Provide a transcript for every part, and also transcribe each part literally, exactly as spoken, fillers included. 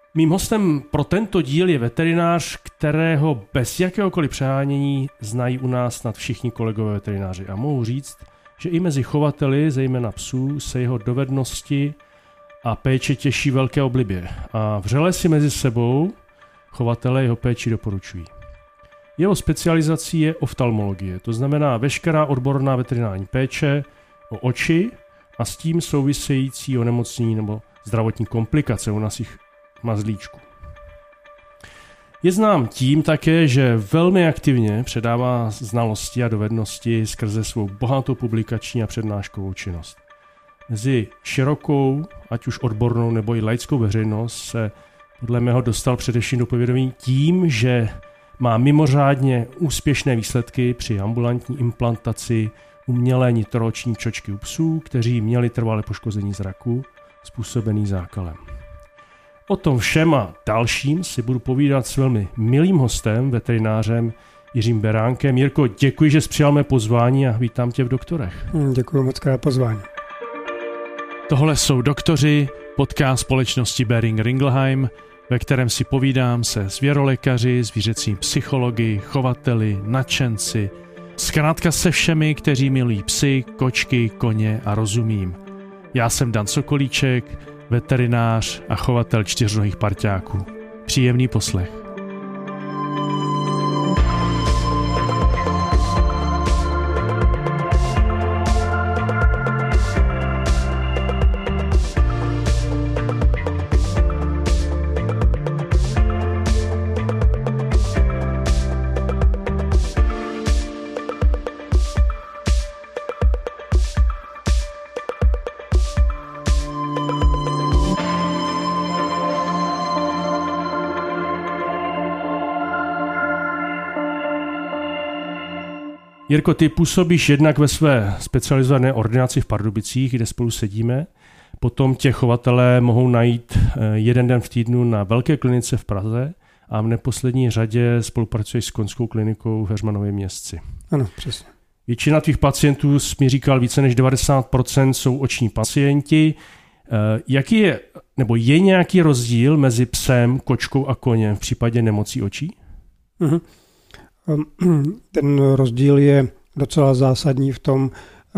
Mým hostem pro tento díl je veterinář, kterého bez jakéhokoliv přehánění znají u nás snad všichni kolegové veterináři. A mohu říct, že i mezi chovateli, zejména psů, se jeho dovednosti a péče těší velké oblibě. A vřele si mezi sebou chovatelé jeho péči doporučují. Jeho specializací je oftalmologie, to znamená veškerá odborná veterinární péče o oči a s tím související onemocnění nebo zdravotní komplikace u našich mazlíčků. Je znám tím také, že velmi aktivně předává znalosti a dovednosti skrze svou bohatou publikační a přednáškovou činnost. Mezi širokou, ať už odbornou nebo i laickou veřejnost se podle mého dostal především do povědomí tím, že má mimořádně úspěšné výsledky při ambulantní implantaci umělé nitrooční čočky u psů, kteří měli trvalé poškození zraku způsobený zákalem. O tom všem a dalším si budu povídat s velmi milým hostem, veterinářem Jiřím Beránkem. Jirko, děkuji, že jsi přijal mé pozvání a vítám tě v Doktorech. Děkuji moc krát pozvání. Tohle jsou Doktoři, podcast společnosti Behring Ringelheim, ve kterém si povídám se zvěrolékaři, zvířecími psychologi, chovateli, nadšenci, zkrátka se všemi, kteří milují psy, kočky, koně a rozumím. Já jsem Dan Sokolíček, veterinář a chovatel čtyřnohých parťáků. Příjemný poslech. Jirko, ty působíš jednak ve své specializované ordinaci v Pardubicích, kde spolu sedíme. Potom tě chovatelé mohou najít jeden den v týdnu na velké klinice v Praze a v neposlední řadě spolupracuješ s koňskou klinikou v Heřmanově Městci. Ano, přesně. Většina tvých pacientů, jsi mi říkal, více než devadesát procent jsou oční pacienti. Jaký je, nebo je nějaký rozdíl mezi psem, kočkou a koněm v případě nemocí očí? Mhm. Ten rozdíl je docela zásadní v tom,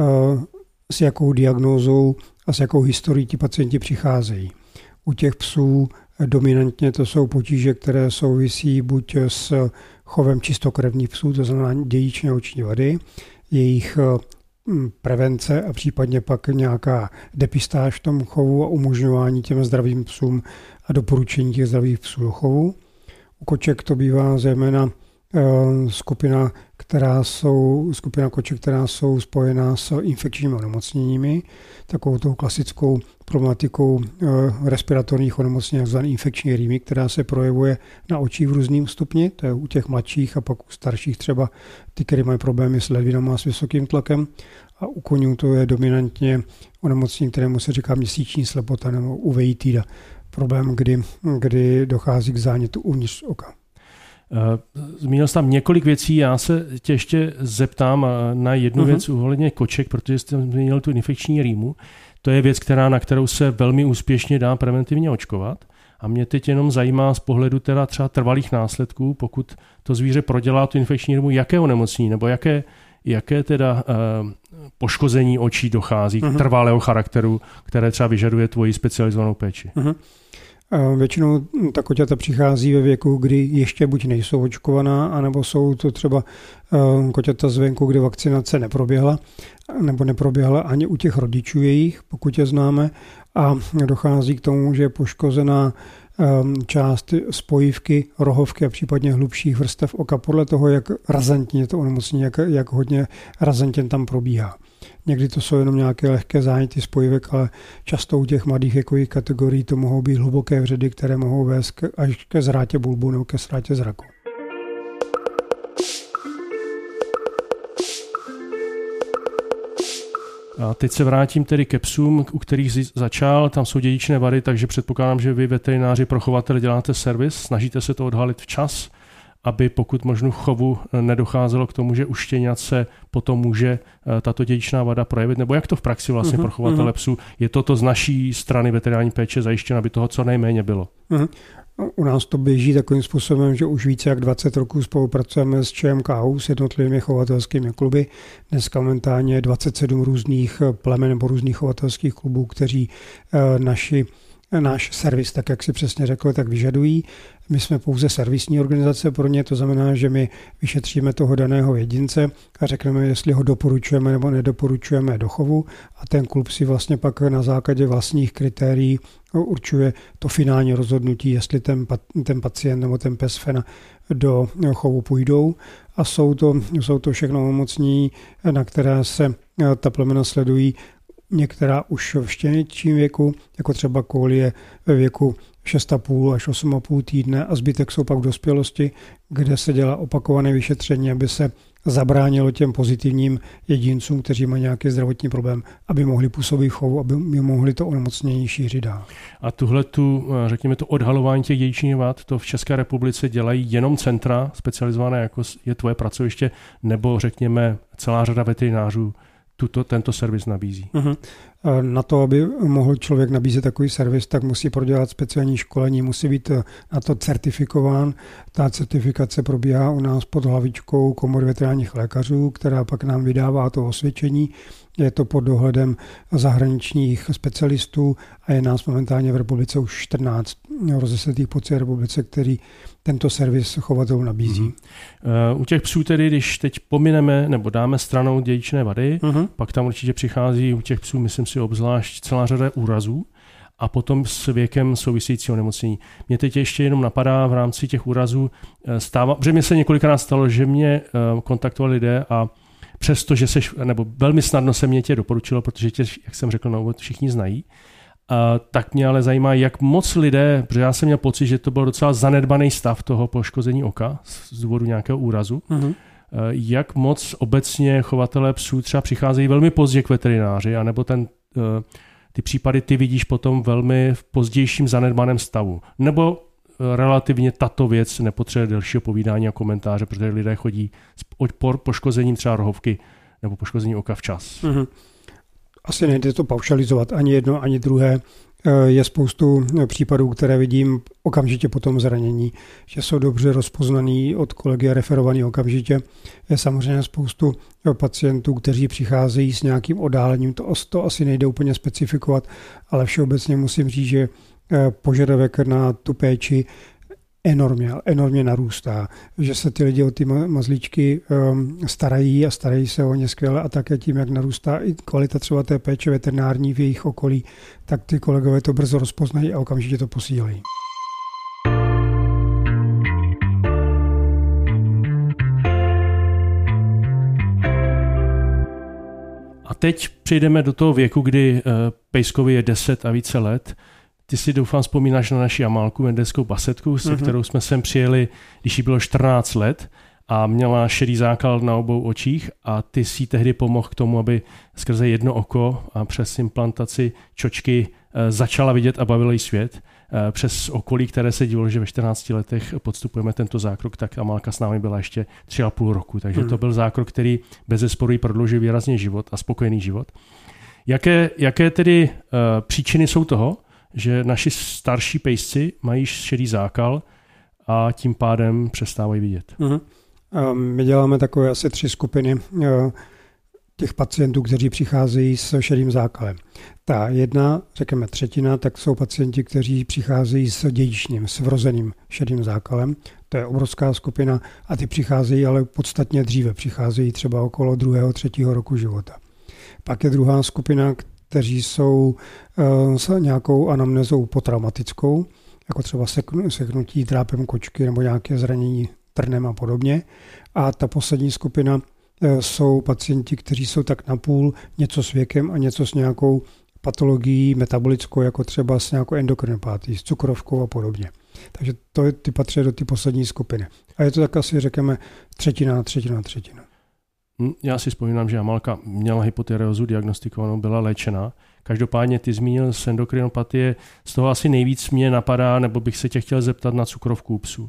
s jakou diagnózou a s jakou historií ti pacienti přicházejí. U těch psů dominantně to jsou potíže, které souvisí buď s chovem čistokrevných psů, to znamená dědičné oční vady, jejich prevence a případně pak nějaká depistáž v tom chovu a umožňování těm zdravým psům a doporučení těch zdravých psů do chovu. U koček to bývá zejména skupina, která jsou, skupina koček, která jsou spojená s infekčními onemocněními, takovou tou klasickou problematikou respiratorních onemocnění, takzvaný infekční rýmy, která se projevuje na očích v různým stupni, to je u těch mladších a pak u starších třeba ty, které mají problémy s ledvinama a s vysokým tlakem. A u konňů to je dominantně onemocnění, kterému se říká měsíční slepota nebo uveitída. Problém, kdy, kdy dochází k zánětu uvnitř oka. Zmínil jsi tam několik věcí, já se tě ještě zeptám na jednu uh-huh. věc ohledně koček, protože jsi zmínil tu infekční rýmu. To je věc, která, na kterou se velmi úspěšně dá preventivně očkovat. A mě teď jenom zajímá z pohledu teda třeba trvalých následků, pokud to zvíře prodělá tu infekční rýmu, jaké onemocnění nebo jaké, jaké teda uh, poškození očí dochází uh-huh. k trvalého charakteru, které třeba vyžaduje tvoji specializovanou péči. Uh-huh. Většinou ta koťata přichází ve věku, kdy ještě buď nejsou očkovaná, anebo jsou to třeba koťata zvenku, kde vakcinace neproběhla, nebo neproběhla ani u těch rodičů jejich, pokud je známe, a dochází k tomu, že je poškozená část spojivky, rohovky a případně hlubších vrstev oka podle toho, jak razantně to onemocnění, jak, jak hodně razantně tam probíhá. Někdy to jsou jenom nějaké lehké záněty spojivek, ale často u těch mladých věkových kategorií to mohou být hluboké vředy, které mohou vést až ke zrátě bulbu nebo ke ztrátě zraku. A teď se vrátím tedy ke psům, u kterých jsi začal, tam jsou dědičné vady, takže předpokládám, že vy veterináři pro chovatele děláte servis, snažíte se to odhalit včas aby pokud možno v chovu nedocházelo k tomu, že u štěňat se potom může tato dědičná vada projevit, nebo jak to v praxi vlastně uh-huh, pro chovatele uh-huh. psů? Je to to z naší strany veterinární péče zajištěno, aby toho co nejméně bylo? Uh-huh. U nás to běží takovým způsobem, že už více jak dvacet roků spolupracujeme s ČMK, s jednotlivými chovatelskými kluby. Dneska momentálně je dvacet sedm různých plemen nebo různých chovatelských klubů, kteří naši náš servis, tak jak si přesně řekl, tak vyžadují. My jsme pouze servisní organizace pro ně, to znamená, že my vyšetříme toho daného jedince a řekneme, jestli ho doporučujeme nebo nedoporučujeme do chovu a ten klub si vlastně pak na základě vlastních kritérií určuje to finální rozhodnutí, jestli ten, ten pacient nebo ten pes fena do chovu půjdou a jsou to, jsou to všechno omocní, na které se ta plemena sledují. Některá už v štěněčím věku, jako třeba koulie ve věku šest a půl až osm a půl týdne a zbytek jsou pak v dospělosti, kde se dělá opakované vyšetření, aby se zabránilo těm pozitivním jedincům, kteří mají nějaký zdravotní problém, aby mohli působit v chovu, aby mohli to onemocnění šířit dál. A tuhle tu, řekněme, to odhalování těch dědičných vad, to v České republice dělají jenom centra specializované, jako je tvoje pracoviště, nebo řekněme celá řada veterinářů tuto, tento servis nabízí? Uh-huh. Na to, aby mohl člověk nabízet takový servis, tak musí prodělat speciální školení, musí být na to certifikován. Ta certifikace probíhá u nás pod hlavičkou Komory veterinárních lékařů, která pak nám vydává to osvědčení. Je to pod dohledem zahraničních specialistů a je nás momentálně v republice už čtrnáct rozesetých po celé republice, který tento servis chovatelů nabízí. Uh-huh. U těch psů tedy, když teď pomineme nebo dáme stranou dědičné vady, uh-huh. pak tam určitě přichází u těch psů, myslím si, obzvlášť celá řada úrazů a potom s věkem souvisejícího onemocnění. Mě teď ještě jenom napadá v rámci těch úrazů stává, protože mě se několikrát stalo, že mě kontaktovali lidé a přesto, že seš, nebo velmi snadno se mě tě doporučilo, protože tě, jak jsem řekl na úvod, všichni znají, a tak mě ale zajímá, jak moc lidé, protože já jsem měl pocit, že to byl docela zanedbaný stav toho poškození oka z důvodu nějakého úrazu, uh-huh. jak moc obecně chovatelé psů třeba přicházejí velmi pozdě k veterináři, anebo ten, ty případy ty vidíš potom velmi v pozdějším zanedbaném stavu. Nebo relativně tato věc nepotřebuje delšího povídání a komentáře, protože lidé chodí s poškozením třeba rohovky nebo poškození oka včas. Uh-huh. Asi nejde to paušalizovat, ani jedno, ani druhé. Je spoustu případů, které vidím okamžitě po tom zranění, že jsou dobře rozpoznaný od kolegy a referovaný okamžitě. Je samozřejmě spoustu pacientů, kteří přicházejí s nějakým oddálením, to, to asi nejde úplně specifikovat, ale všeobecně musím říct, že požadavek na tu péči enormně, enormně narůstá, že se ty lidi o ty mazlíčky um, starají a starají se o ně skvěle a také tím, jak narůstá i kvalita třeba té péče veterinární v jejich okolí, tak ty kolegové to brzo rozpoznají a okamžitě to posílají. A teď přejdeme do toho věku, kdy uh, pejskovi je deset a více let. Ty si doufám vzpomínáš na naši Amálku, vendelskou basetku, se mm-hmm. kterou jsme sem přijeli, když jí bylo čtrnáct let a měla šedý zákal na obou očích a ty si tehdy pomohl k tomu, aby skrze jedno oko a přes implantaci čočky začala vidět a bavila jí svět. Přes okolí, které se divilo, že ve čtrnácti letech podstupujeme tento zákrok, tak Amálka s námi byla ještě tři a půl roku. Takže mm. to byl zákrok, který bezesporu jí prodloužil výrazně život a spokojený život. Jaké, jaké tedy uh, příčiny jsou toho, že naši starší pejsci mají šedý zákal a tím pádem přestávají vidět? Uh-huh. My děláme takové asi tři skupiny těch pacientů, kteří přicházejí s šedým zákalem. Ta jedna, řekněme třetina, tak jsou pacienti, kteří přicházejí s dědičným, s vrozeným šedým zákalem. To je obrovská skupina a ty přicházejí ale podstatně dříve. Přicházejí třeba okolo druhého, třetího roku života. Pak je druhá skupina, kteří jsou uh, s nějakou anamnézou potraumatickou, jako třeba seknutí trápem kočky nebo nějaké zranění trnem a podobně. A ta poslední skupina uh, jsou pacienti, kteří jsou tak napůl něco s věkem a něco s nějakou patologií metabolickou, jako třeba s nějakou endokrinopátií, s cukrovkou a podobně. Takže to je, ty patří do ty poslední skupiny. A je to tak asi, řekněme, třetina, třetina, třetina. Já si vzpomínám, že Amálka měla hypotyreózu diagnostikovanou, byla léčena. Každopádně ty zmínil z endokrinopatie, z toho asi nejvíc mě napadá, nebo bych se tě chtěl zeptat na cukrovku psů.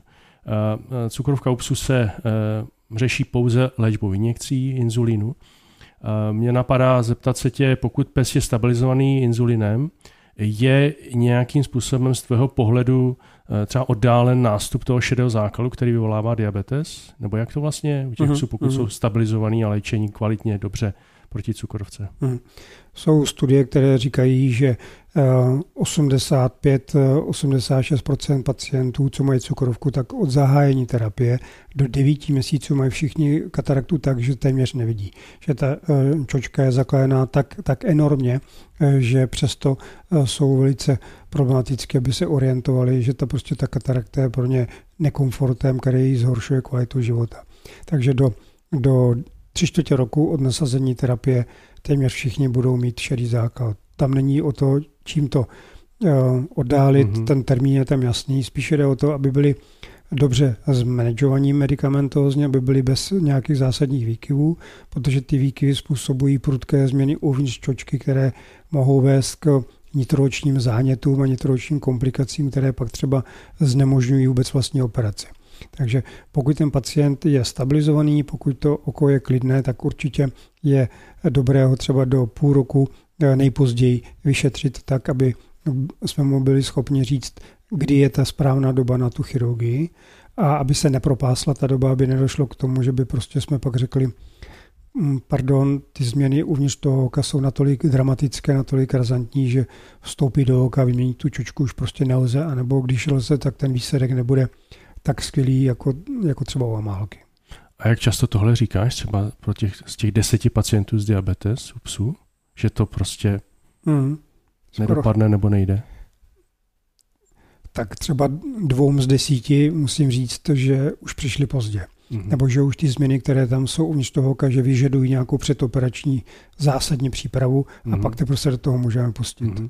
Cukrovka u psů se řeší pouze léčbou injekcí inzulínu. Mně napadá zeptat se tě, pokud pes je stabilizovaný inzulinem, je nějakým způsobem z tvého pohledu třeba oddálen nástup toho šedého zákalu, který vyvolává diabetes? Nebo jak to vlastně u těch psů, pokud mm-hmm. jsou stabilizovaný a léčení kvalitně dobře proti cukrovce? Mm. Jsou studie, které říkají, že osmdesát pět až osmdesát šest procent pacientů, co mají cukrovku, tak od zahájení terapie do devíti měsíců mají všichni kataraktu tak, že téměř nevidí. Že ta čočka je zakládaná tak, tak enormně, že přesto jsou velice problematické, aby se orientovali, že ta prostě ta katarakta je pro ně nekomfortem, který zhoršuje kvalitu života. Takže do, do tři čtvrtě roku od nasazení terapie téměř všichni budou mít šedý zákal. Tam není o to, čím to uh, oddálit, mm-hmm. ten termín je tam jasný, spíše jde o to, aby byli dobře zmanagovaní medikamentózně, aby byli bez nějakých zásadních výkyvů, protože ty výkyvy způsobují prudké změny uvnitř čočky, které mohou vést k nitroočním zánětům a nitroočním komplikacím, které pak třeba znemožňují vůbec vlastní operaci. Takže pokud ten pacient je stabilizovaný, pokud to oko je klidné, tak určitě je dobré ho třeba do půl roku nejpozději vyšetřit tak, aby jsme mu byli schopni říct, kdy je ta správná doba na tu chirurgii a aby se nepropásla ta doba, aby nedošlo k tomu, že by prostě jsme pak řekli, pardon, ty změny uvnitř toho oka jsou natolik dramatické, natolik razantní, že vstoupit do oka, vyměnit tu čočku už prostě nelze, anebo když lze, tak ten výsledek nebude tak skvělý, jako, jako třeba u amálky. A jak často tohle říkáš třeba pro těch, z těch deseti pacientů s diabetes u psů? Že to prostě mm, nedopadne nebo nejde? Tak třeba dvou z desíti musím říct, že už přišli pozdě. Mm-hmm. Nebo že už ty změny, které tam jsou uvnitř toho oka, že vyžadují nějakou předoperační zásadní přípravu mm-hmm. a pak teprve se do toho můžeme pustit. Mm-hmm.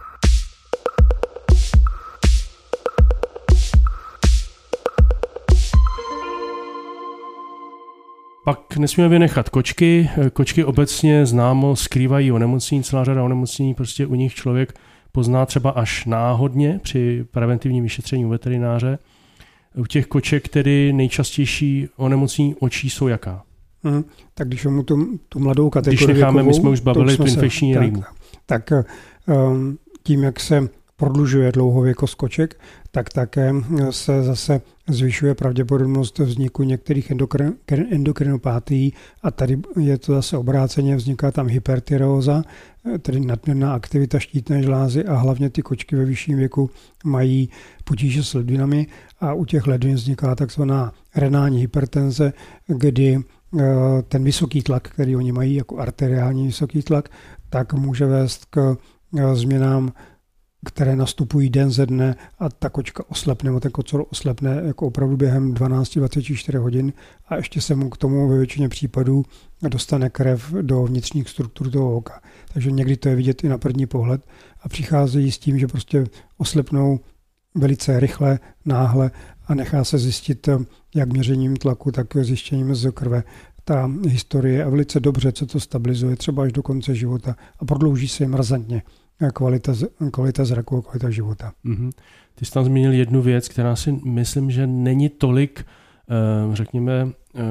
Pak nesmíme vynechat kočky. Kočky obecně známo skrývají onemocnění, celá řada onemocnění, prostě u nich člověk pozná třeba až náhodně při preventivním vyšetření u veterináře. U těch koček tedy nejčastější onemocnění očí jsou jaká? Hmm, tak když mu tu, tu mladou kategorii Když necháme, věkovou, my jsme už bavili tu infekční rýmu. Tak, tak um, tím, jak se prodlužuje dlouhověkost koček, tak také se zase zvyšuje pravděpodobnost vzniku některých endokrin, endokrinopátií a tady je to zase obráceně, vzniká tam hypertyreóza, tedy nadměrná aktivita štítné žlázy a hlavně ty kočky ve vyšším věku mají potíže s ledvinami a u těch ledvin vzniká takzvaná renální hypertenze, kdy ten vysoký tlak, který oni mají jako arteriální vysoký tlak, tak může vést k změnám, které nastupují den ze dne a ta kočka oslepne, nebo ten kocor oslepne jako opravdu během dvanáct až dvacet čtyři hodin a ještě se mu k tomu ve většině případů dostane krev do vnitřních struktur toho oka. Takže někdy to je vidět i na první pohled a přicházejí s tím, že prostě oslepnou velice rychle, náhle a nechá se zjistit jak měřením tlaku, tak zjištěním z krve ta historie a velice dobře, co to stabilizuje třeba až do konce života a prodlouží se jim razantně kvalita, kvalita zraku a kvalita života. Mm-hmm. Ty jsi tam zmínil jednu věc, která si myslím, že není tolik, řekněme,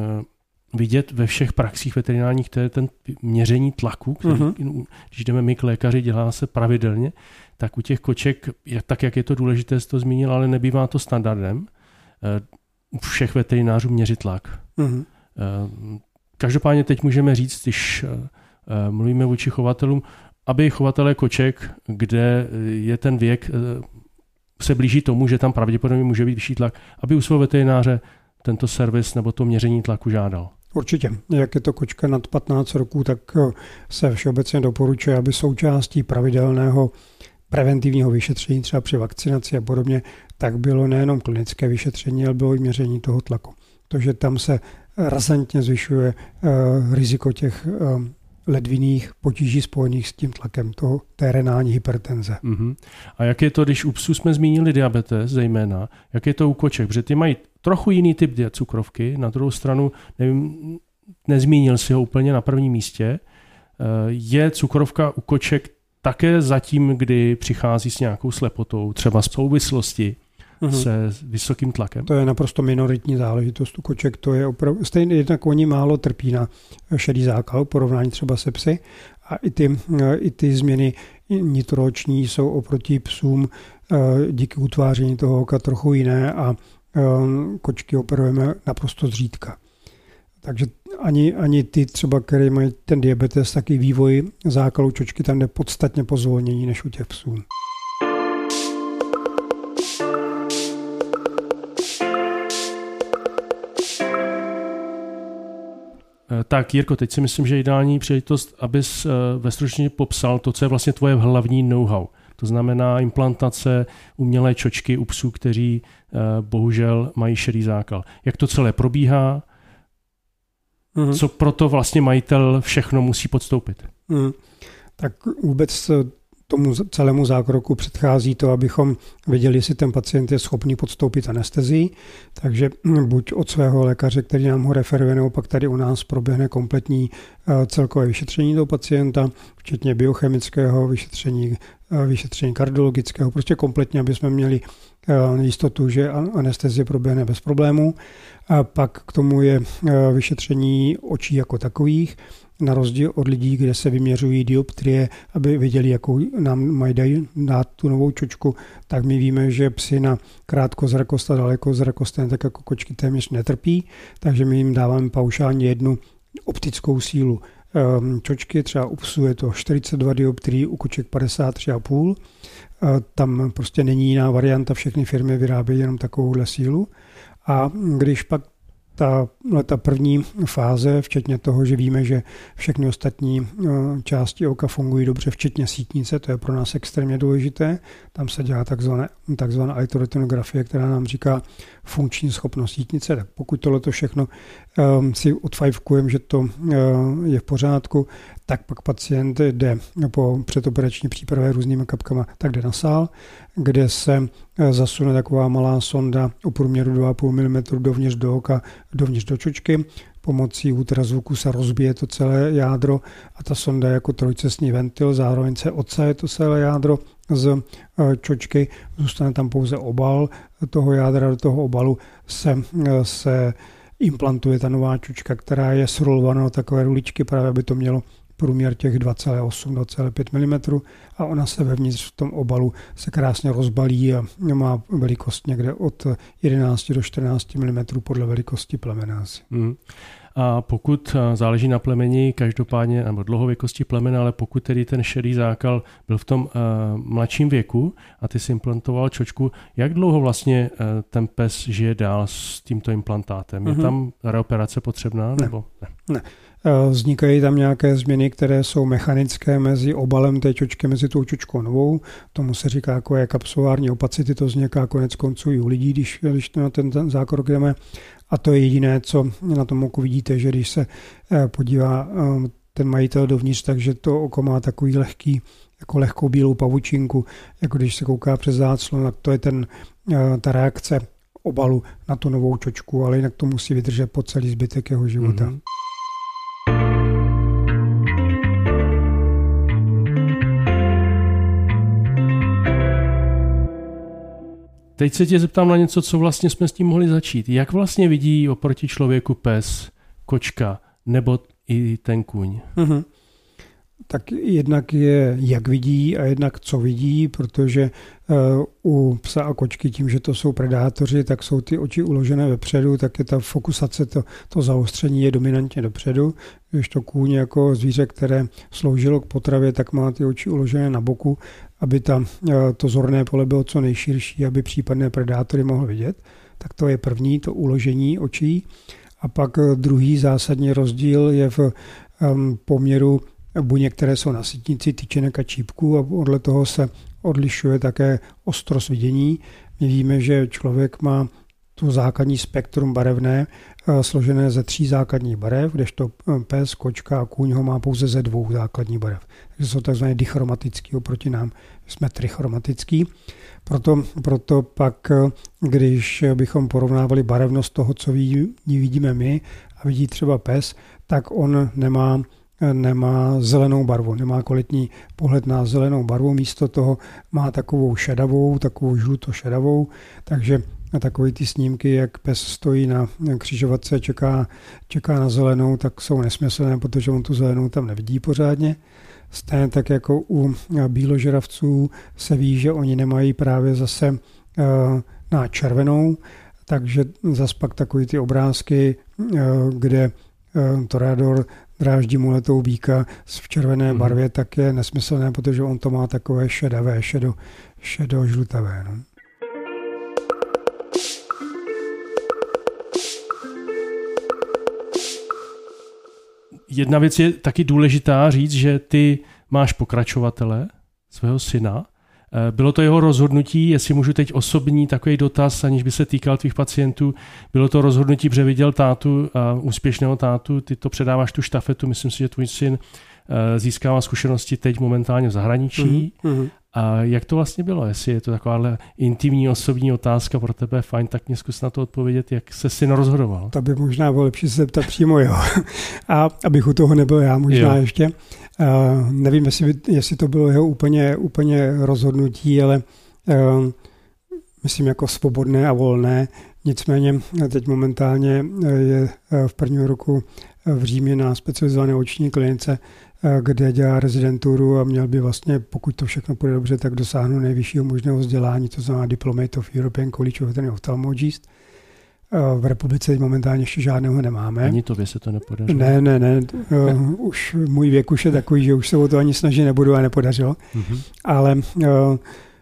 vidět ve všech praxích veterinárních, to je ten měření tlaku, který, mm-hmm. když jdeme my k lékaři, dělá se pravidelně, tak u těch koček, tak jak je to důležité, jsi to zmínil, ale nebývá to standardem u všech veterinářů měřit tlak. Mm-hmm. Každopádně teď můžeme říct, když mluvíme vůči chovatelům, aby chovatelé koček, kde je ten věk, se blíží tomu, že tam pravděpodobně může být vyšší tlak, aby u svého veterináře tento servis nebo to měření tlaku žádal. Určitě. Jak je to kočka nad patnáct roků, tak se všeobecně doporučuje, aby součástí pravidelného preventivního vyšetření, třeba při vakcinaci a podobně, tak bylo nejenom klinické vyšetření, ale bylo i měření toho tlaku. Takže tam se razantně zvyšuje uh, riziko těch uh, ledvinných potíží spojených s tím tlakem, toho, té renální hypertenze. Uh-huh. A jak je to, když u psů jsme zmínili diabetes zejména, jak je to u koček? Protože ty mají trochu jiný typ cukrovky, na druhou stranu, nevím, nezmínil si ho úplně na prvním místě, je cukrovka u koček také zatím, kdy přichází s nějakou slepotou, třeba z souvislosti mm-hmm. se vysokým tlakem? To je naprosto minoritní záležitost u koček. To je opravdu, stejně jednak oni málo trpí na šedý zákal, porovnání třeba se psy. A i ty, i ty změny nitrooční jsou oproti psům díky utváření toho oka trochu jiné a kočky operujeme naprosto zřídka. Takže ani, ani ty třeba, které mají ten diabetes, taky vývoj zákalu čočky tam jde podstatně pozvolnění než u těch psů. Tak Jirko, teď si myslím, že je ideální příležitost, abys ve stručně popsal to, co je vlastně tvoje hlavní know-how. To znamená implantace umělé čočky u psů, kteří bohužel mají šedý zákal. Jak to celé probíhá? Mm. Co proto vlastně majitel všechno musí podstoupit? Mm. Tak vůbec tomu celému zákroku předchází to, abychom věděli, jestli ten pacient je schopný podstoupit anestezii. Takže buď od svého lékaře, který nám ho referuje, nebo pak tady u nás proběhne kompletní celkové vyšetření toho pacienta, včetně biochemického vyšetření, vyšetření kardiologického, prostě kompletně, aby jsme měli jistotu, že anestezie proběhne bez problémů. A pak k tomu je vyšetření očí jako takových, na rozdíl od lidí, kde se vyměřují dioptrie, aby viděli, jakou nám mají dát tu novou čočku, tak my víme, že psi na krátkozrakost a dalekozrakost tak jako kočky téměř netrpí, takže my jim dáváme paušálně jednu optickou sílu čočky, třeba u psů je to čtyřicet dva dioptrií, u koček padesát tři a půl. Tam prostě není jiná varianta, všechny firmy vyrábějí jenom takovouhle sílu. A když pak ta, ta první fáze, včetně toho, že víme, že všechny ostatní části oka fungují dobře, včetně sítnice, to je pro nás extrémně důležité. Tam se dělá takzvané, takzvaná elektroretinografie, která nám říká funkční schopnost sítnice. Tak pokud tohleto všechno um, si odfajfkujeme, že to uh, je v pořádku, tak pak pacient jde po předoperační přípravě různými kapkama, tak jde na sál, kde se zasune taková malá sonda o průměru dva a půl milimetru dovnitř do oka, dovnitř do čočky. Pomocí ultrazvuku se rozbije to celé jádro a ta sonda je jako trojcestný ventil, zároveň se odsaje to celé jádro z čočky, zůstane tam pouze obal toho jádra, do toho obalu se, se implantuje ta nová čočka, která je srolovaná na takové ruličky, právě aby to mělo průměr těch dva celá osm, dva celá pět milimetru a ona se vevnitř v tom obalu se krásně rozbalí a má velikost někde od jedenáct do čtrnáct milimetrů podle velikosti plemene. Mm. A pokud záleží na plemeni, každopádně, nebo dlouhověkosti plemene, ale pokud tedy ten šedý zákal byl v tom uh, mladším věku a ty si implantoval čočku, jak dlouho vlastně uh, ten pes žije dál s tímto implantátem? Je mm-hmm. tam reoperace potřebná? Ne. Nebo ne? ne. Vznikají tam nějaké změny, které jsou mechanické mezi obalem té čočky, mezi tou čočkou novou. Tomu se říká jako je kapsulární opacity, to vzniká konec konců i u lidí, když, když na ten, ten zákrok jdeme. A to je jediné, co na tom oku vidíte, že když se podívá ten majitel dovnitř, takže to oko má takový lehký, jako lehkou bílou pavučinku, jako když se kouká přes záclon, tak to je ten, ta reakce obalu na tu novou čočku, ale jinak to musí vydržet po celý zbytek jeho života. Mm-hmm. Teď se tě zeptám na něco, co vlastně jsme s tím mohli začít. Jak vlastně vidí oproti člověku pes, kočka nebo i ten kůň? Mm-hmm. Tak jednak je, jak vidí a jednak co vidí, protože uh, u psa a kočky tím, že to jsou predátoři, tak jsou ty oči uložené vepředu, tak je ta fokusace, to, to zaostření je dominantně dopředu. Když to kůň jako zvíře, které sloužilo k potravě, tak má ty oči uložené na boku, aby ta, to zorné pole bylo co nejširší, aby případné predátory mohl vidět. Tak to je první, to uložení očí. A pak druhý zásadní rozdíl je v um, poměru buněk, které jsou na sítnici, tyčinek a čípků a podle toho se odlišuje také ostrost vidění. My víme, že člověk má tu základní spektrum barevné složené ze tří základních barev, kdežto pes, kočka a kůň ho má pouze ze dvou základních barev. Takže jsou takzvané dichromatický oproti nám. Jsme trichromatický. Proto, proto pak, když bychom porovnávali barevnost toho, co vidí, vidíme my a vidí třeba pes, tak on nemá nemá zelenou barvu, nemá kvalitní pohled na zelenou barvu, místo toho má takovou šedavou, takovou žluto-šedavou, takže na takové ty snímky, jak pes stojí na křižovatce a čeká, čeká na zelenou, tak jsou nesmyslné, protože on tu zelenou tam nevidí pořádně. Stejně tak jako u bíložravců se ví, že oni nemají právě zase na červenou, takže zase pak takový ty obrázky, kde toreador dráždí muletou býka v červené barvě, tak je nesmyslné, protože on to má takové šedavé, šedo, šedo-žlutavé. No. Jedna věc je taky důležitá říct, že ty máš pokračovatele, svého syna. Bylo to jeho rozhodnutí, jestli můžu teď osobní takový dotaz, aniž by se týkal tvých pacientů, bylo to rozhodnutí, protože viděl tátu, úspěšného tátu, ty to předáváš tu štafetu, myslím si, že tvůj syn získává zkušenosti teď momentálně v zahraničí. Mm-hmm. A jak to vlastně bylo? Jestli je to taková intimní, osobní otázka pro tebe, fajn, tak mě zkus na to odpovědět, jak se syn rozhodoval. To by možná bylo lepší se zeptat přímo jo. A abych u toho nebyl já možná jo. ještě. Uh, nevím, jestli, jestli to bylo jeho úplně, úplně rozhodnutí, ale uh, myslím jako svobodné a volné. Nicméně teď momentálně je v prvním roku v Římě na specializované oční klinice, kde dělá rezidenturu a měl by vlastně, pokud to všechno půjde dobře, tak dosáhnout nejvyššího možného vzdělání, to znamená Diplomate of European College of Veterinary Ophthalmologist. V republice momentálně ještě žádného nemáme. Ani tobě se to nepodařilo? Ne, ne, ne. Uh, už můj věk už je takový, že už se o to ani snažit nebudu a nepodařilo. Mm-hmm. Ale uh,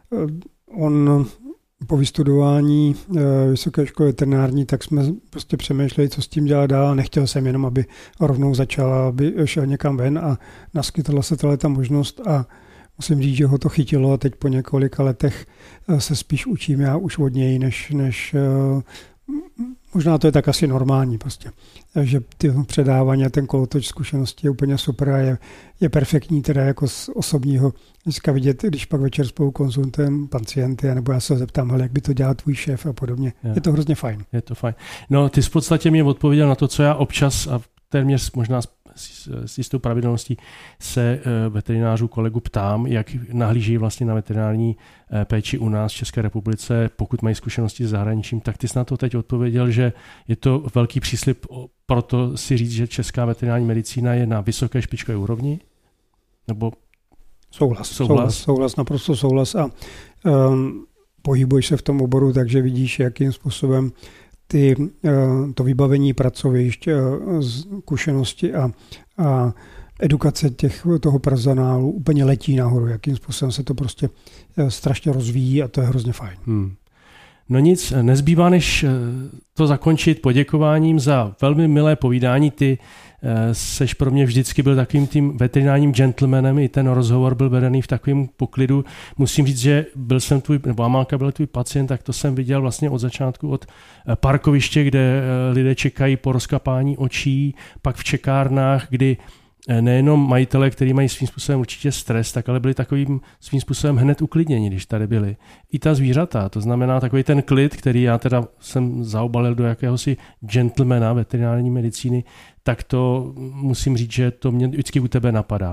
on po vystudování uh, vysoké školy veterinární, tak jsme prostě přemýšleli, co s tím dělat dál. Nechtěl jsem jenom, aby rovnou začal, aby šel někam ven a naskytla se tato možnost a musím říct, že ho to chytilo a teď po několika letech uh, se spíš učím já už od něj, než, než uh, možná to je tak asi normální prostě. Takže ty předávání a ten kolotoč zkušenosti je úplně super a je, je perfektní teda jako z osobního dneska vidět, když pak večer spolu konzultujeme pacienty, nebo já se zeptám, hele, jak by to dělal tvůj šéf a podobně. Jo. Je to hrozně fajn. Je to fajn. No, ty v podstatě mě odpověděl na to, co já občas a téměř možná s jistou pravidelností se veterinářů kolegu ptám, jak nahlížejí vlastně na veterinární péči u nás v České republice, pokud mají zkušenosti s zahraničím, tak ty jsi na to teď odpověděl, že je to velký příslib, proto si říct, že česká veterinární medicína je na vysoké špičkové úrovni? Nebo souhlas, souhlas, souhlas, souhlas naprosto souhlas a um, pohybuješ se v tom oboru, takže vidíš, jakým způsobem ty, to vybavení pracovišť, zkušenosti a, a edukace těch, toho personálu úplně letí nahoru, jakým způsobem se to prostě strašně rozvíjí a to je hrozně fajn. Hmm. No nic, nezbývá než to zakončit poděkováním za velmi milé povídání. Ty seš pro mě vždycky byl takovým tím veterinárním gentlemanem, i ten rozhovor byl vedený v takovém poklidu. Musím říct, že byl jsem tvůj, nebo Amálka byl tvůj pacient, tak to jsem viděl vlastně od začátku, od parkoviště, kde lidé čekají po rozkapání očí, pak v čekárnách, kdy nejenom majitele, kteří mají svým způsobem určitě stres, tak ale byli takovým svým způsobem hned uklidněni, když tady byli. I ta zvířata, to znamená takový ten klid, který já teda jsem zaobalil do jakéhosi gentlemana veterinární medicíny, tak to musím říct, že to mě vždycky u tebe napadá.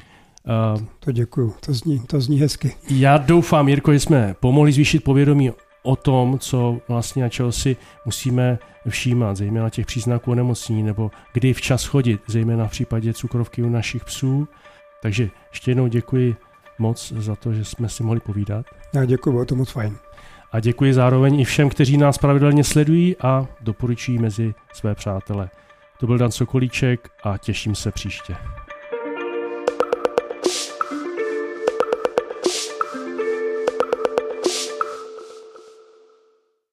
Uh, to děkuju, to zní, to zní hezky. Já doufám, Jirko, že jsme pomohli zvýšit povědomí o tom, co vlastně a čeho si musíme všímat, zejména těch příznaků onemocnění, nebo kdy včas chodit, zejména v případě cukrovky u našich psů. Takže ještě jednou děkuji moc za to, že jsme si mohli povídat. Já děkuji, bylo to moc fajn. A děkuji zároveň i všem, kteří nás pravidelně sledují a doporučují mezi své přátele. To byl Dan Sokolíček a těším se příště.